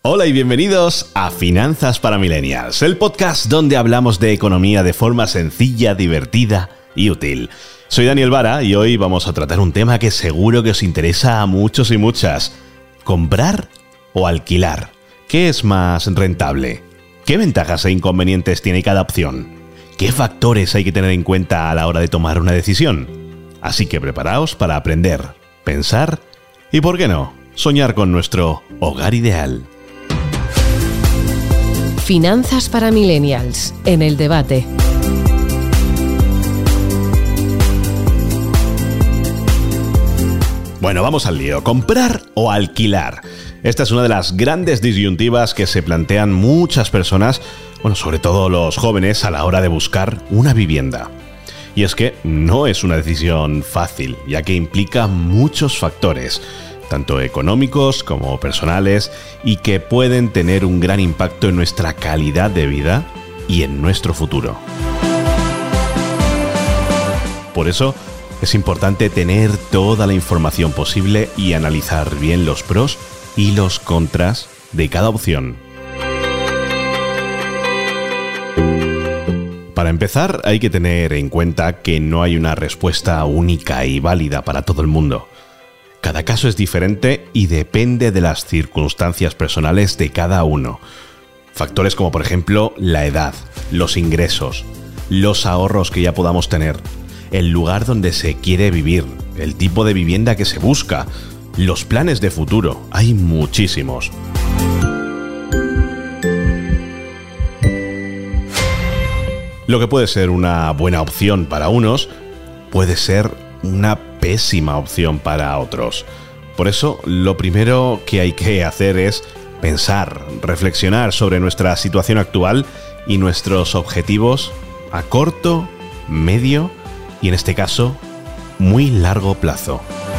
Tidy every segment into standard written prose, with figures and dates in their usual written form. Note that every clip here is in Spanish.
Hola y bienvenidos a Finanzas para Millennials, el podcast donde hablamos de economía de forma sencilla, divertida y útil. Soy Daniel Vara y hoy vamos a tratar un tema que seguro que os interesa a muchos y muchas. ¿Comprar o alquilar? ¿Qué es más rentable? ¿Qué ventajas e inconvenientes tiene cada opción? ¿Qué factores hay que tener en cuenta a la hora de tomar una decisión? Así que preparaos para aprender, pensar y, ¿por qué no?, soñar con nuestro hogar ideal. Finanzas para Millennials, en el debate. Bueno, vamos al lío. ¿Comprar o alquilar? Esta es una de las grandes disyuntivas que se plantean muchas personas, sobre todo los jóvenes, a la hora de buscar una vivienda. Y es que no es una decisión fácil, ya que implica muchos factores, tanto económicos como personales, y que pueden tener un gran impacto en nuestra calidad de vida y en nuestro futuro. Por eso, es importante tener toda la información posible y analizar bien los pros y los contras de cada opción. Para empezar, hay que tener en cuenta que no hay una respuesta única y válida para todo el mundo. Cada caso es diferente y depende de las circunstancias personales de cada uno. Factores como, por ejemplo, la edad, los ingresos, los ahorros que ya podamos tener, el lugar donde se quiere vivir, el tipo de vivienda que se busca, los planes de futuro. Hay muchísimos. Lo que puede ser una buena opción para unos, puede ser una pésima opción para otros. Por eso, lo primero que hay que hacer es pensar, reflexionar sobre nuestra situación actual y nuestros objetivos a corto, medio y, en este caso, muy largo plazo.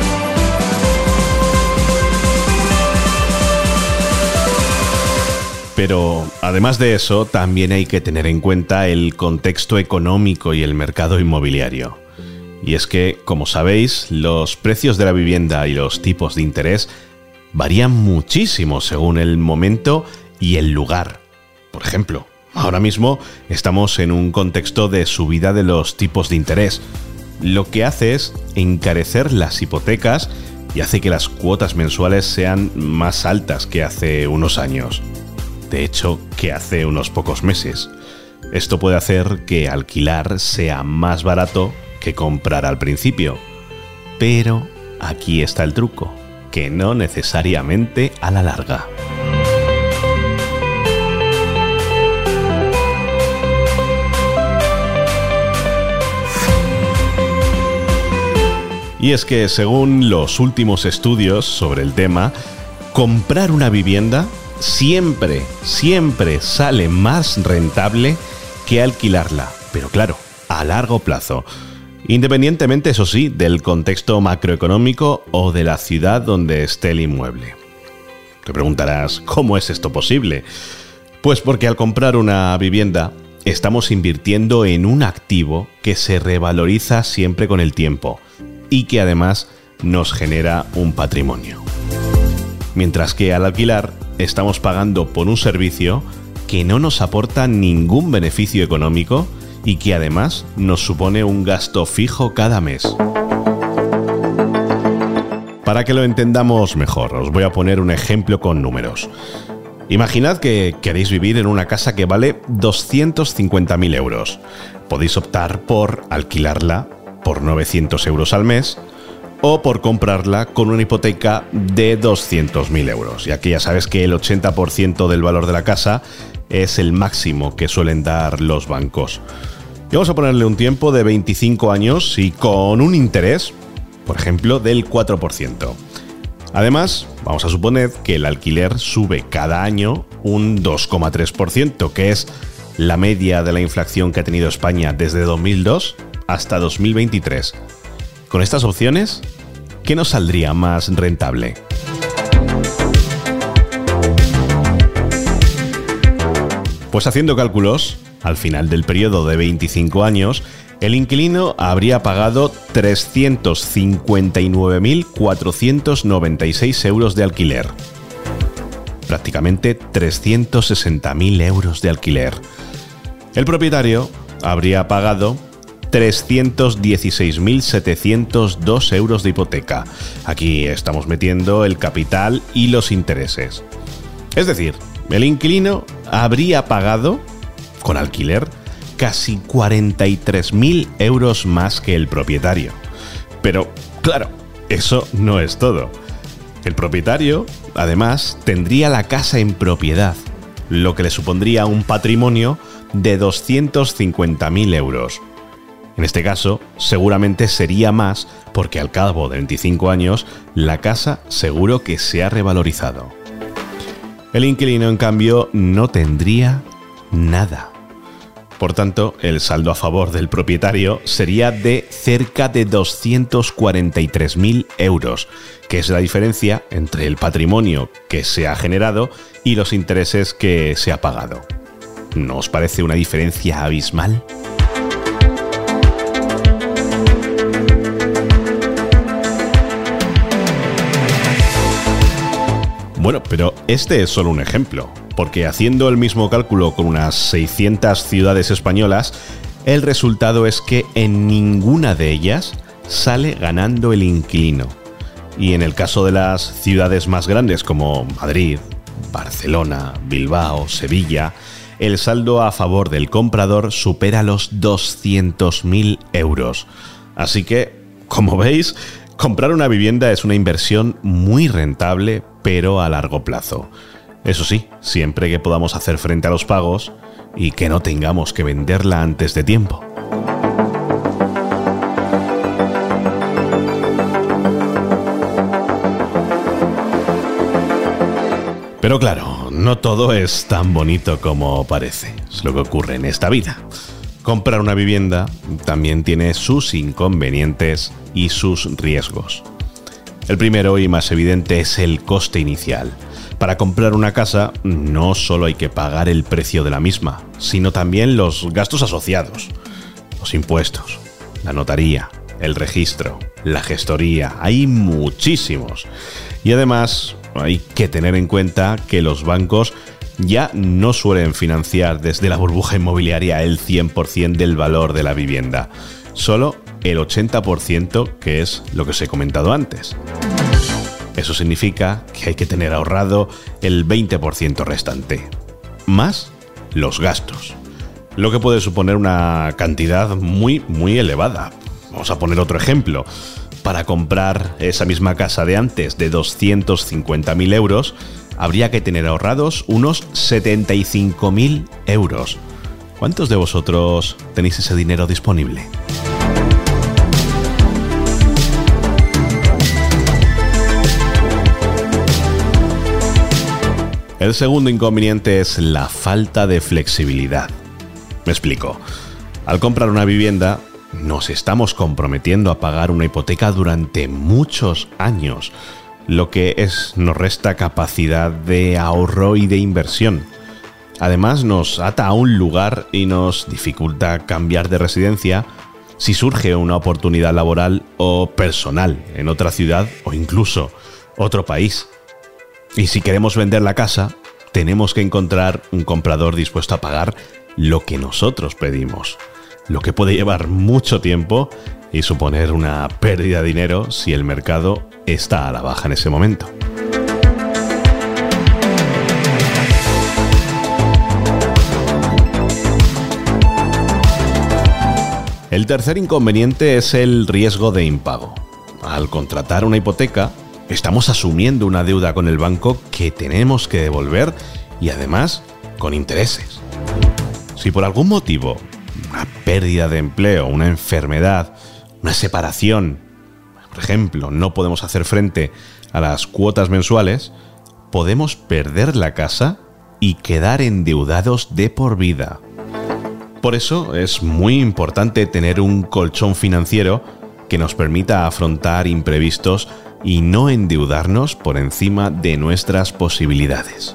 Pero, además de eso, también hay que tener en cuenta el contexto económico y el mercado inmobiliario. Y es que, como sabéis, los precios de la vivienda y los tipos de interés varían muchísimo según el momento y el lugar. Por ejemplo, ahora mismo estamos en un contexto de subida de los tipos de interés, lo que hace es encarecer las hipotecas y hace que las cuotas mensuales sean más altas que hace unos años. De hecho, que hace unos pocos meses. Esto puede hacer que alquilar sea más barato que comprar al principio. Pero aquí está el truco, que no necesariamente a la larga. Y es que según los últimos estudios sobre el tema, comprar una vivienda siempre sale más rentable que alquilarla. Pero claro, a largo plazo. Independientemente, eso sí, del contexto macroeconómico o de la ciudad donde esté el inmueble. Te preguntarás, ¿cómo es esto posible? Pues porque al comprar una vivienda, estamos invirtiendo en un activo que se revaloriza siempre con el tiempo y que además nos genera un patrimonio. Mientras que al alquilar, estamos pagando por un servicio que no nos aporta ningún beneficio económico y que además nos supone un gasto fijo cada mes. Para que lo entendamos mejor, os voy a poner un ejemplo con números. Imaginad que queréis vivir en una casa que vale 250.000 euros. Podéis optar por alquilarla por 900 euros al mes o por comprarla con una hipoteca de 200.000 euros, ya que ya sabes que el 80% del valor de la casa es el máximo que suelen dar los bancos. Y vamos a ponerle un tiempo de 25 años y con un interés, por ejemplo, del 4%. Además, vamos a suponer que el alquiler sube cada año un 2,3%, que es la media de la inflación que ha tenido España desde 2002 hasta 2023. Con estas opciones, ¿qué nos saldría más rentable? Pues haciendo cálculos, al final del periodo de 25 años, el inquilino habría pagado 359.496 euros de alquiler. prácticamente 360.000 euros de alquiler. El propietario habría pagado 316.702 euros de hipoteca. Aquí estamos metiendo el capital y los intereses. Es decir, el inquilino habría pagado, con alquiler, casi 43.000 euros más que el propietario. Pero, claro, eso no es todo. El propietario, además, tendría la casa en propiedad, lo que le supondría un patrimonio de 250.000 euros. En este caso, seguramente sería más porque al cabo de 25 años, la casa seguro que se ha revalorizado. El inquilino, en cambio, no tendría nada. Por tanto, el saldo a favor del propietario sería de cerca de 243.000 euros, que es la diferencia entre el patrimonio que se ha generado y los intereses que se ha pagado. ¿No os parece una diferencia abismal? Bueno, pero este es solo un ejemplo, porque haciendo el mismo cálculo con unas 600 ciudades españolas, el resultado es que en ninguna de ellas sale ganando el inquilino. Y en el caso de las ciudades más grandes como Madrid, Barcelona, Bilbao, Sevilla, el saldo a favor del comprador supera los 200.000 euros. Así que, como veis, comprar una vivienda es una inversión muy rentable, pero a largo plazo. Eso sí, siempre que podamos hacer frente a los pagos y que no tengamos que venderla antes de tiempo. Pero claro, no todo es tan bonito como parece. Es lo que ocurre en esta vida. Comprar una vivienda también tiene sus inconvenientes y sus riesgos. El primero y más evidente es el coste inicial. Para comprar una casa no solo hay que pagar el precio de la misma, sino también los gastos asociados, los impuestos, la notaría, el registro, la gestoría, hay muchísimos. Y además hay que tener en cuenta que los bancos ya no suelen financiar desde la burbuja inmobiliaria el 100% del valor de la vivienda, solo el 80%, que es lo que os he comentado antes. Eso significa que hay que tener ahorrado el 20% restante, más los gastos, lo que puede suponer una cantidad muy elevada. Vamos a poner otro ejemplo. Para comprar esa misma casa de antes de 250.000 euros, habría que tener ahorrados unos 75.000 euros. ¿Cuántos de vosotros tenéis ese dinero disponible? El segundo inconveniente es la falta de flexibilidad. Me explico. Al comprar una vivienda, nos estamos comprometiendo a pagar una hipoteca durante muchos años, lo que nos resta capacidad de ahorro y de inversión. Además, nos ata a un lugar y nos dificulta cambiar de residencia si surge una oportunidad laboral o personal en otra ciudad o incluso otro país. Y si queremos vender la casa, tenemos que encontrar un comprador dispuesto a pagar lo que nosotros pedimos, lo que puede llevar mucho tiempo y suponer una pérdida de dinero si el mercado está a la baja en ese momento. El tercer inconveniente es el riesgo de impago. Al contratar una hipoteca, estamos asumiendo una deuda con el banco que tenemos que devolver y además con intereses. Si por algún motivo, una pérdida de empleo, una enfermedad, una separación, por ejemplo, no podemos hacer frente a las cuotas mensuales, podemos perder la casa y quedar endeudados de por vida. Por eso es muy importante tener un colchón financiero que nos permita afrontar imprevistos y no endeudarnos por encima de nuestras posibilidades.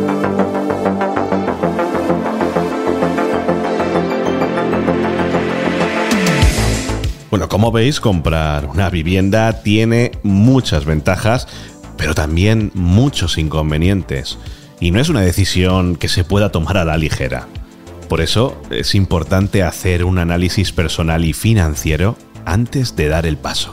Bueno, como veis, comprar una vivienda tiene muchas ventajas, pero también muchos inconvenientes. y no es una decisión que se pueda tomar a la ligera. Por eso es importante hacer un análisis personal y financiero antes de dar el paso.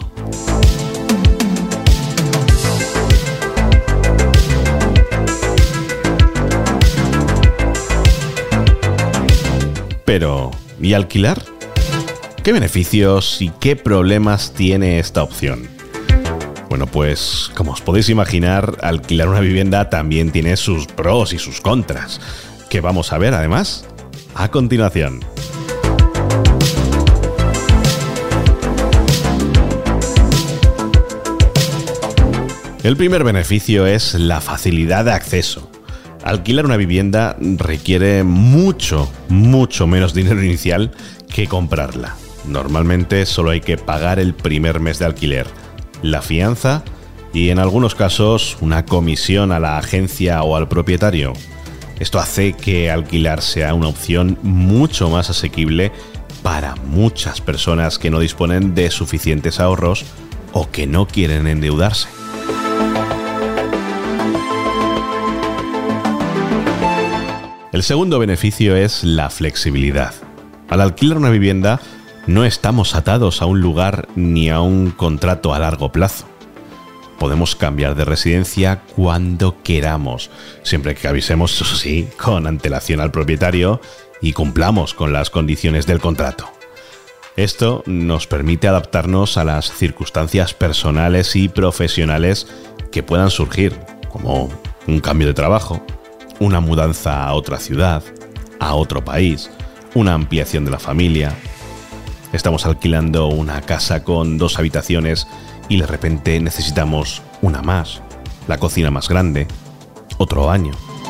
Pero, ¿y alquilar? ¿Qué beneficios y qué problemas tiene esta opción? Bueno, pues como os podéis imaginar, alquilar una vivienda también tiene sus pros y sus contras, que vamos a ver además a continuación. El primer beneficio es la facilidad de acceso. Alquilar una vivienda requiere mucho menos dinero inicial que comprarla. Normalmente solo hay que pagar el primer mes de alquiler, la fianza y en algunos casos una comisión a la agencia o al propietario. Esto hace que alquilar sea una opción mucho más asequible para muchas personas que no disponen de suficientes ahorros o que no quieren endeudarse. El segundo beneficio es la flexibilidad. Al alquilar una vivienda, no estamos atados a un lugar ni a un contrato a largo plazo. Podemos cambiar de residencia cuando queramos, siempre que avisemos, eso sí, con antelación al propietario y cumplamos con las condiciones del contrato. Esto nos permite adaptarnos a las circunstancias personales y profesionales que puedan surgir, como un cambio de trabajo, una mudanza a otra ciudad, a otro país, una ampliación de la familia. Estamos alquilando una casa con 2 habitaciones y de repente necesitamos una más, la cocina más grande, otro baño.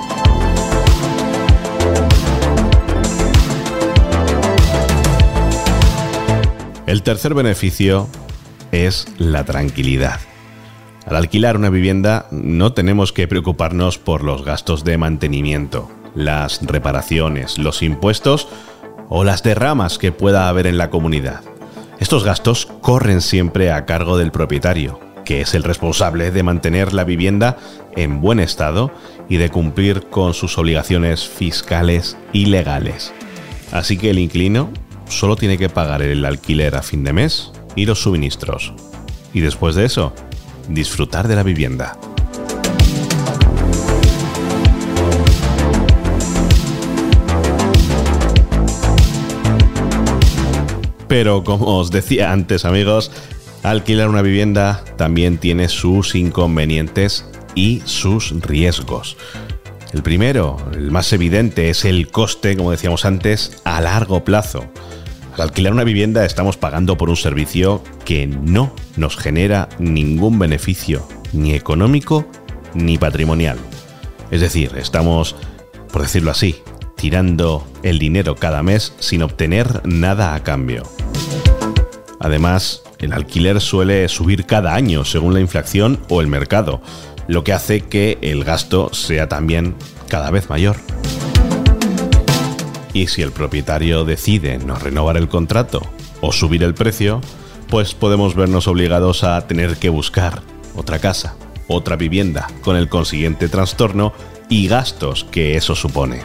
El tercer beneficio es la tranquilidad. Al alquilar una vivienda no tenemos que preocuparnos por los gastos de mantenimiento, las reparaciones, los impuestos o las derramas que pueda haber en la comunidad. Estos gastos corren siempre a cargo del propietario, que es el responsable de mantener la vivienda en buen estado y de cumplir con sus obligaciones fiscales y legales. Así que el inquilino solo tiene que pagar el alquiler a fin de mes y los suministros. Y después de eso, disfrutar de la vivienda. Pero como os decía antes, amigos, alquilar una vivienda también tiene sus inconvenientes y sus riesgos. El primero, el más evidente, es el coste, como decíamos antes, a largo plazo. Al alquilar una vivienda estamos pagando por un servicio que no nos genera ningún beneficio, ni económico ni patrimonial. Es decir, estamos, por decirlo así, tirando el dinero cada mes sin obtener nada a cambio. Además, el alquiler suele subir cada año según la inflación o el mercado, lo que hace que el gasto sea también cada vez mayor. Y si el propietario decide no renovar el contrato o subir el precio, pues podemos vernos obligados a tener que buscar otra casa, otra vivienda, con el consiguiente trastorno y gastos que eso supone.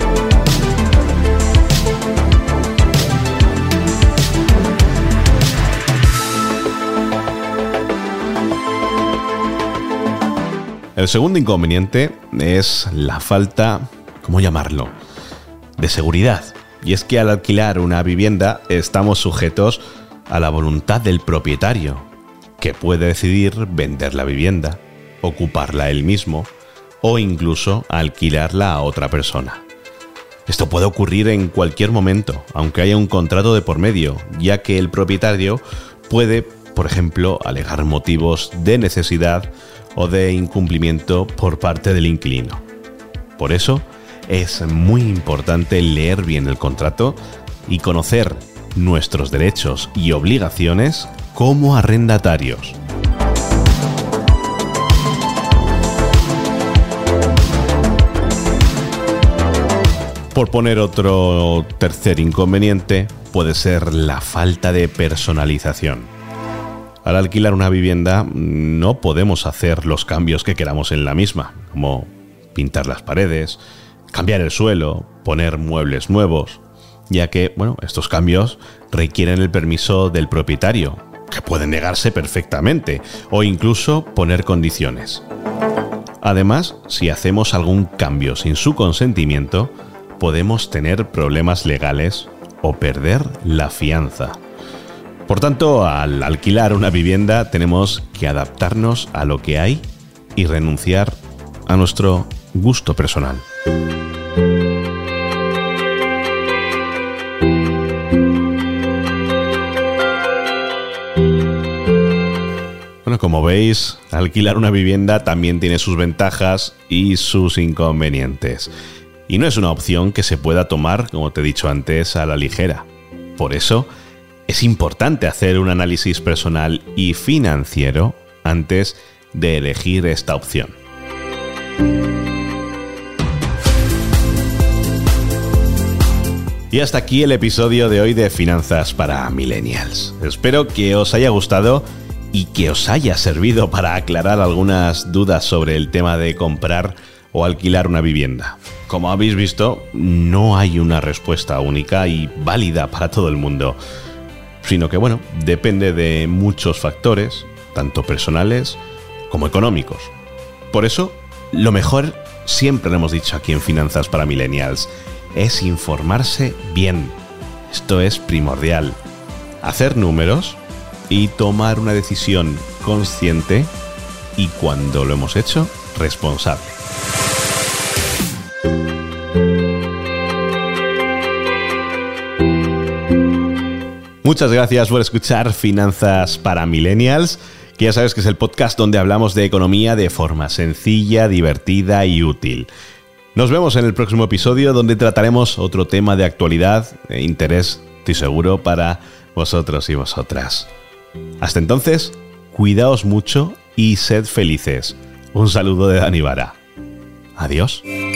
El segundo inconveniente es la falta, ¿cómo llamarlo?, de seguridad. Y es que al alquilar una vivienda estamos sujetos a la voluntad del propietario, que puede decidir vender la vivienda, ocuparla él mismo o incluso alquilarla a otra persona. Esto puede ocurrir en cualquier momento, aunque haya un contrato de por medio, ya que el propietario puede, por ejemplo, alegar motivos de necesidad o de incumplimiento por parte del inquilino. Por eso, es muy importante leer bien el contrato y conocer nuestros derechos y obligaciones como arrendatarios. Por poner otro tercer inconveniente, puede ser la falta de personalización. Al alquilar una vivienda no podemos hacer los cambios que queramos en la misma, como pintar las paredes, cambiar el suelo, poner muebles nuevos, ya que, estos cambios requieren el permiso del propietario, que puede negarse perfectamente, o incluso poner condiciones. Además, si hacemos algún cambio sin su consentimiento, podemos tener problemas legales o perder la fianza. Por tanto, al alquilar una vivienda tenemos que adaptarnos a lo que hay y renunciar a nuestro gusto personal. Como veis, alquilar una vivienda también tiene sus ventajas y sus inconvenientes. Y no es una opción que se pueda tomar, como te he dicho antes, a la ligera. Por eso, es importante hacer un análisis personal y financiero antes de elegir esta opción. Y hasta aquí el episodio de hoy de Finanzas para Millennials. Espero que os haya gustado y que os haya servido para aclarar algunas dudas sobre el tema de comprar o alquilar una vivienda. Como habéis visto, no hay una respuesta única y válida para todo el mundo, sino que depende de muchos factores, tanto personales como económicos. Por eso, lo mejor, siempre lo hemos dicho aquí en Finanzas para Millennials, es informarse bien. Esto es primordial. Hacer números y tomar una decisión consciente y, cuando lo hemos hecho, responsable. Muchas gracias por escuchar Finanzas para Millennials, que ya sabes que es el podcast donde hablamos de economía de forma sencilla, divertida y útil. Nos vemos en el próximo episodio, donde trataremos otro tema de actualidad e interés, estoy seguro, para vosotros y vosotras. Hasta entonces, cuidaos mucho y sed felices. Un saludo de Dani Vara. Adiós.